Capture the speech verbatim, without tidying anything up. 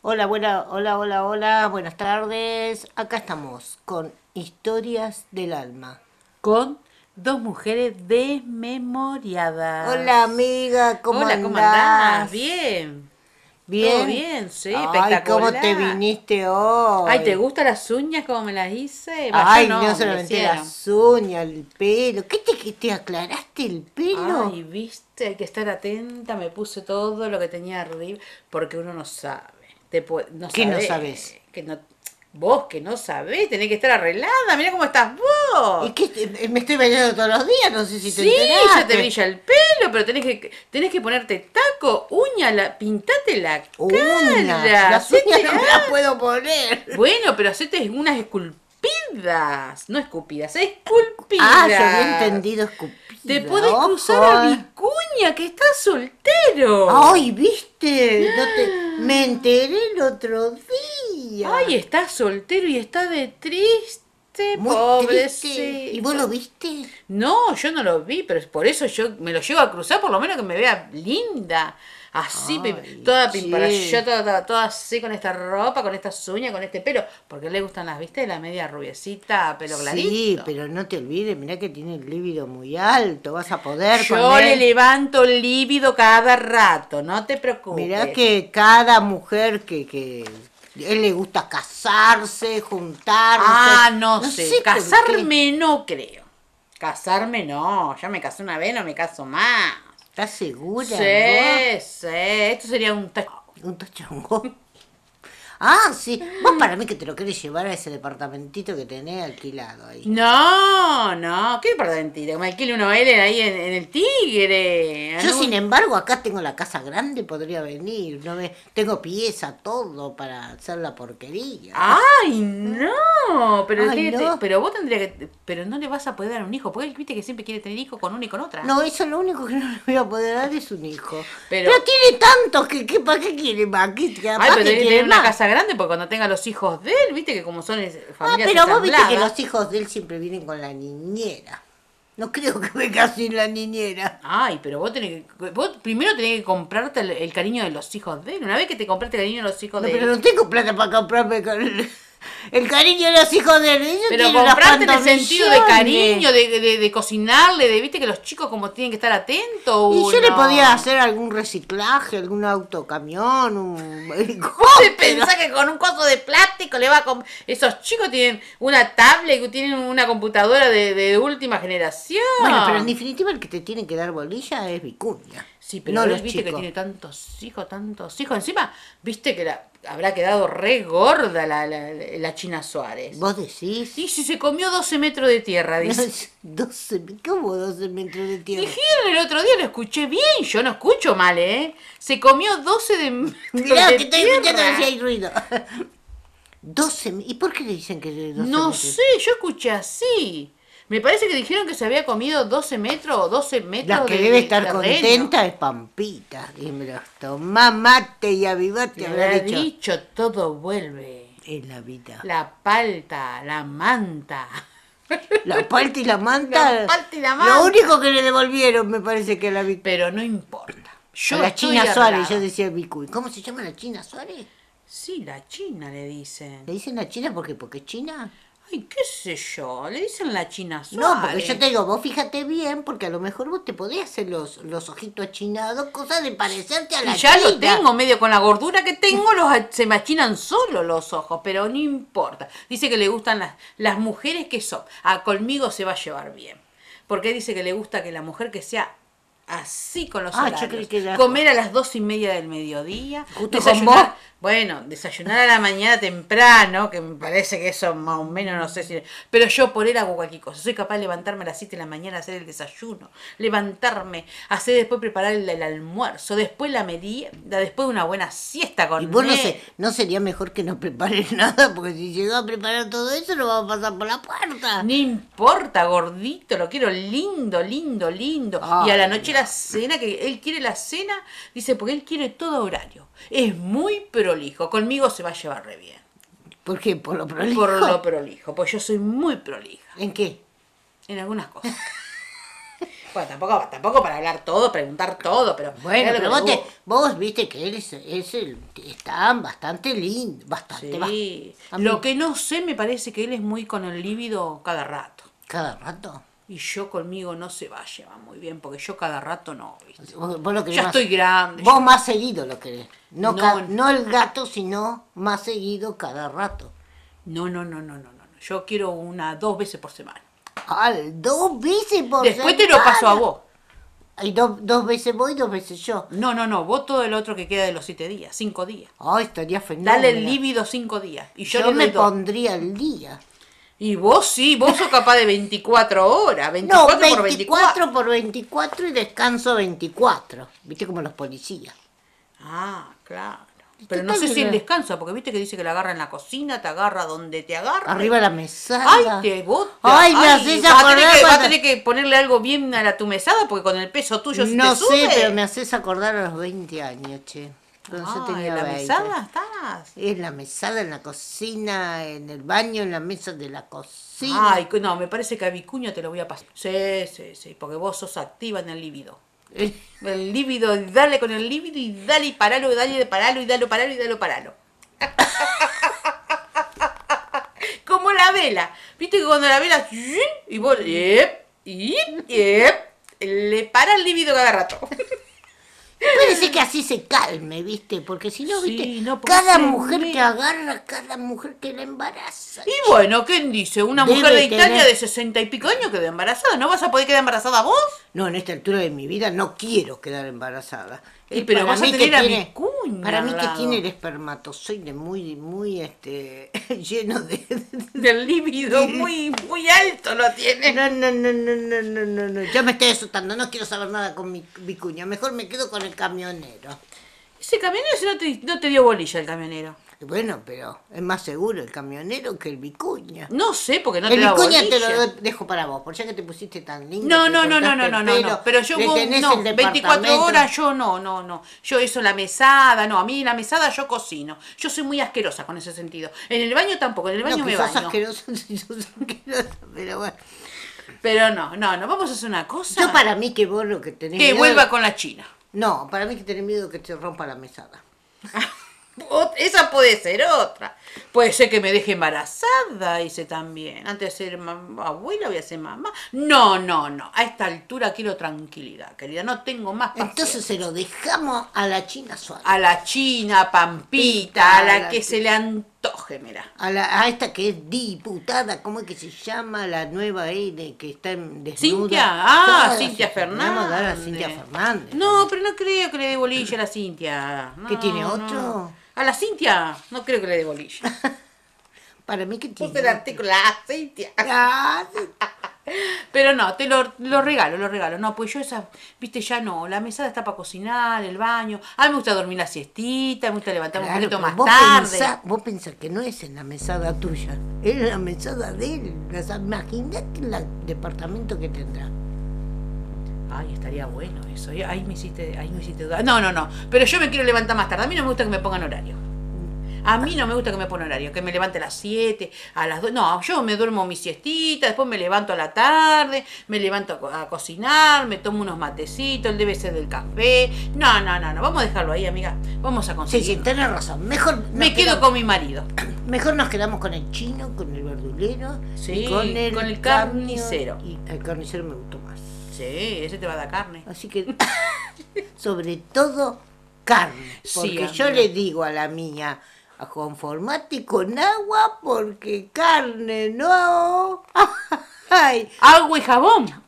Hola, buena, hola, hola, hola, buenas tardes. Acá estamos con Historias del Alma. Con dos mujeres Hola desmemoriadas. amiga, ¿cómo Hola, ¿cómo andás? andás? Bien. ¿Todo ¿Bien? bien? Sí, Ay, ¿cómo te espectacular. viniste Ay, ¿te hoy? gustan las uñas como me las hice? Va, yo Ay, no no, me las solamente hicieron. las uñas, el pelo. ¿Qué te, que te aclaraste el pelo? Ay, viste, hay que estar atenta, me puse todo lo que tenía arriba, porque uno no sabe. Te pue- no ¿Qué no sabe, sabes? que no, vos que no sabés, tenés que estar arreglada, mira cómo estás vos. Es que eh, me estoy bañando todos los días, no sé si te Sí, ya te enteraste. brilla el pelo, pero tenés que, tenés que ponerte taco, uña, la, pintate la Uñas, cara, las uñas hacete, no me las ah, puedo poner. bueno, pero hacete unas esculpidas, no escupidas, Ah, yo había esculpidas. entendido Te escupida, podés cruzar a ojo. Vicuña, que estás soltero. Ay, viste, no te, me enteré el otro Ay, día. está soltero y está de triste, Muy triste. ¿Y vos lo pobrecito. viste? No, yo no lo vi, pero es por eso yo me lo llevo a cruzar, por lo menos que me vea linda. Así, pi- Ay, toda che. pimparallada, toda, toda, toda así con esta ropa, con estas uñas, con este pelo. Porque le gustan las, ¿viste? La media rubiecita, pelo Sí, clarito. pero no te olvides, mirá que tiene el líbido muy alto, vas a poder con Yo le él. levanto el líbido cada rato, no te Mirá preocupes. que cada mujer que, que él le gusta casarse, juntarse, Ah, no no sé, sé por qué. casarme no creo. Casarme no, ya me casé una vez, no me caso más. ¿Estás segura vos? Sí, sí, esto sería un... Un tachongo. Ah, sí. Vos para mí que te lo querés llevar a ese departamentito que tenés alquilado ahí. No, no, ¿qué departamentito? Que me alquile uno él ahí en, en el Tigre. En Yo, sin un... embargo, acá tengo la casa grande, podría venir. No me, tengo pieza, todo para hacer la porquería. Ay, no, pero, Ay, tiene- te- no. pero vos tendrías que... Pero no le vas a poder dar un hijo, porque él viste que siempre quiere tener hijo con una y con otra. No, eso es lo único que no le voy a poder dar es un hijo. Pero Pero... tiene tantos que, que ¿para qué quiere más? ¿Qué, Ay, capaz pero que tiene que quiere tener una más? casa grande, porque cuando tenga los hijos de él, viste que como son es- Ah, familias pero vos viste que ensambladas. los hijos de él siempre vienen con la niñera. No creo que venga sin la niñera. Ay, pero vos tenés que... Vos primero tenés que comprarte el, el cariño de los hijos de él. Una vez que te compraste el cariño de los hijos No, de pero él, no tengo plata para comprarme con el, el cariño de los hijos de él. Ellos pero tienen unos comprarte en el cuantos sentido de millones. cariño, de, de, de cocinarle, de viste que los chicos como tienen que estar atentos, Y yo le podía uno. hacer algún reciclaje, algún autocamión, un ¿Vos te helicóptero. pensás que con un coso de plástico le va a comprar? Esos chicos tienen una tablet, tienen una computadora de, de última Bueno, pero en generación. definitiva el que te tiene que dar bolilla es Vicuña, Sí, pero no él los viste que chicos. tiene tantos hijos, tantos hijos. Encima, viste que la, habrá quedado re gorda la, la, la China Suárez. ¿Vos decís? Y si se comió doce metros de tierra, No, dice. es doce, ¿cómo doce metros de tierra? Dijeron el otro día, lo escuché bien, yo no escucho mal, ¿eh? Se comió doce de metros Mirá, de que estoy escuchando a ver si tierra. hay ruido. Doce. ¿Y por qué le dicen que de doce No metros? sé, yo escuché así. Me parece que dijeron que se había comido doce metros o doce La metros que de, debe de estar terreno. contenta es Pampita. Dímelo, tomá mate y avivate, Le habrá habrá dicho. dicho todo vuelve. En la vida. La palta, la manta. La palta y la La manta, palta y la lo manta. único que le devolvieron me parece que a la, Vic- Pero no importa. a Yo la estoy China Suárez, yo errada. decía Vicuy. ¿Cómo se llama la China Suárez? Sí, la China le ¿Le dicen. dicen la China porque porque es China? Ay, qué sé yo. Le dicen la China No, porque yo Suárez. te digo, vos fíjate bien, porque a lo mejor vos te podés hacer los, los ojitos achinados, cosa de parecerte a Y la ya lo China. tengo, medio con la gordura que tengo, los, se me achinan solo los ojos, pero no importa. Dice que le gustan las, las mujeres que son. Ah, conmigo se va a llevar bien. Porque dice que le gusta que la mujer que sea así con los Ah, yo creí horarios. que era Comer a las dos y media del mediodía. justo con vos. Desayunar, bueno, desayunar a la mañana temprano, que me parece que eso más o menos no sé si... Pero yo por él hago cualquier cosa. Soy capaz de levantarme a las siete de la mañana a hacer el desayuno. Levantarme, hacer después preparar el, el almuerzo, después la merienda, después una buena siesta Y con vos no él. sé, no sería mejor que no prepares nada, porque si llegás a preparar todo eso, lo vamos a pasar por la puerta. No importa, gordito, lo quiero lindo, lindo, lindo. Y a la Ay, noche no. la cena, que él quiere la cena, dice, porque él quiere todo horario. Es muy prolijo, conmigo se va a llevar re bien. ¿Por qué? ¿Por lo Por prolijo? lo prolijo, pues yo soy muy prolija ¿En qué? en algunas cosas. Bueno, tampoco, tampoco para hablar todo, preguntar todo, pero... Bueno, es lo pero que vos, le te, vos viste que él es, es el, está bastante lindo, bastante, Sí. bastante. Lo que no sé, me parece que él es muy con el líbido cada rato. Cada rato. Y yo conmigo no se va a llevar muy bien, porque yo cada rato no, ¿viste? Vos, vos lo querés Ya más- estoy grande. Vos yo- más seguido lo querés. No, No. ca- no el gato, sino más seguido cada rato. No, no, no, no, no, no. no. Yo quiero una, dos veces por semana. Al dos veces por Después te lo paso a semana. vos. Hay dos, dos veces vos y dos veces yo. No, no, no. Vos todo el otro que queda de los siete días, cinco días. Ay, estaría fenomenal. Dale el líbido cinco días. Y yo, Yo, le me doy dos. pondría el día. Y vos sí, vos sos capaz de veinticuatro horas. No, veinticuatro por veinticuatro. veinticuatro por veinticuatro y descanso veinticuatro. Viste como los policías. Ah, claro. Pero ¿Qué no tal sé si que él no? descansa, porque viste que dice que la agarra en la cocina, te agarra donde te agarra. Arriba de la mesada. Ay, te vos. Ay, me haces vas a acordar tener que, vas a cuando- tener que ponerle algo bien a la, tu mesada, porque con el peso tuyo se No te sube. sé, pero me haces acordar a los veinte años, che. Cuando yo Ah, tenía ¿en la veinte. mesada estás? En la mesada, en la cocina, en el baño, en la mesa de la cocina. Ay, que no, me parece que a Vicuña te lo voy a pasar. Sí, sí, sí, porque vos sos activa en el líbido. Eh, El líbido, dale con el líbido y dale y paralo, y dale, paralo y dale, paralo y dale, paralo. Como la vela. Viste que cuando la vela... Y vos... Yep, yep, yep, le para el líbido cada rato. Puede ser que así se calme, ¿viste? Porque si no, Sí, ¿viste? no, porque cada se mujer me- que agarra, cada mujer que la embaraza. Y bueno, ¿quién dice? Una Debe mujer de Italia tener- de sesenta y pico años quedó embarazada. ¿No vas a poder quedar embarazada vos? No, en esta altura de mi vida no quiero quedar embarazada. Y Eh, pero para vas a mí que tener a tiene- Vicuña Para mí al que lado. tiene el espermatozoide muy, muy, este, lleno de... Del líbido muy, muy alto lo tiene. No, no, no, no, no, no, no, no. Ya me estoy asustando, no quiero saber nada con mi vicuña. Mejor me quedo con el camionero. Ese camionero ese no te, no te dio bolilla el camionero. Bueno, pero es más seguro el camionero que el vicuña. No sé, porque no el te da vicuña bolilla. te lo doy- dejo para vos, por ya que te pusiste tan lindo. No, te no, no, no, cortaste no, el no, no, pelo, no, pero yo le vos, tenés no, el veinticuatro departamento. horas yo no, no, no, yo eso, la mesada, no, a mí la mesada yo cocino, yo soy muy asquerosa con ese sentido, en el baño tampoco, en el baño No, me que sos baño, asqueroso, si sos asqueroso, pero bueno. pero no, no, no, vamos a hacer una cosa, Yo para mí que vos lo que tenés que miedo- vuelva con la China. No, para mí que tenés miedo que te rompa la mesada. Ot- Esa puede ser otra. Puede ser que me deje embarazada, dice también. Antes de ser mam- abuela voy a ser mamá. No, no, no. A esta altura quiero tranquilidad, querida. No tengo más paciencia. Entonces se lo dejamos a la China suave. A la China, Pampita, a la que se le antoje, mira. A, la, a esta que es diputada, ¿cómo es que se llama? La nueva ahí de, que está en desnuda. Cintia, ah, Todas Cintia las- vamos a dar a Fernández. Cintia Fernández. No, pero no creo que le dé bolilla a la Cintia. No, ¿Qué tiene, no. otro? A la Cintia, no creo que le dé bolilla. Para mí que tiene. Puse el artículo, la Cintia. Ah, sí. Pero no, te lo, lo regalo, lo regalo. No, pues yo esa, viste, ya no. La mesada está para cocinar, el baño. A mí me gusta dormir la siestita, me gusta levantarme Claro, un poquito pero más vos tarde. Pensá, vos pensás que no es en la mesada tuya, es en la mesada de él. O sea, imagínate el departamento que tendrá. Ay, estaría bueno eso. eh. Ahí me hiciste, ahí me hiciste dudar. No, no, no. Pero yo me quiero levantar más tarde. A mí no me gusta que me pongan horario. A mí no me gusta que me pongan horario, que me levante a las siete, a las dos. No, yo me duermo mi siestita, después me levanto a la tarde, me levanto a, co- a cocinar, me tomo unos matecitos, el debe ser del café. No, no, no, no. Vamos a dejarlo ahí, amiga. Vamos a Sí, conseguir. sí, tenés razón. Mejor nos me quedo quedamos- con mi marido. Mejor nos quedamos con el chino, con el verdulero, Sí, y con el, con el cambio, carnicero. Y el carnicero me gustó más. Sí, ese te va a dar carne. Así que, sobre todo, carne. Sí, Porque yo amiga. le digo a la mía, a conformate con agua porque carne no. Ay, Agua y jabón.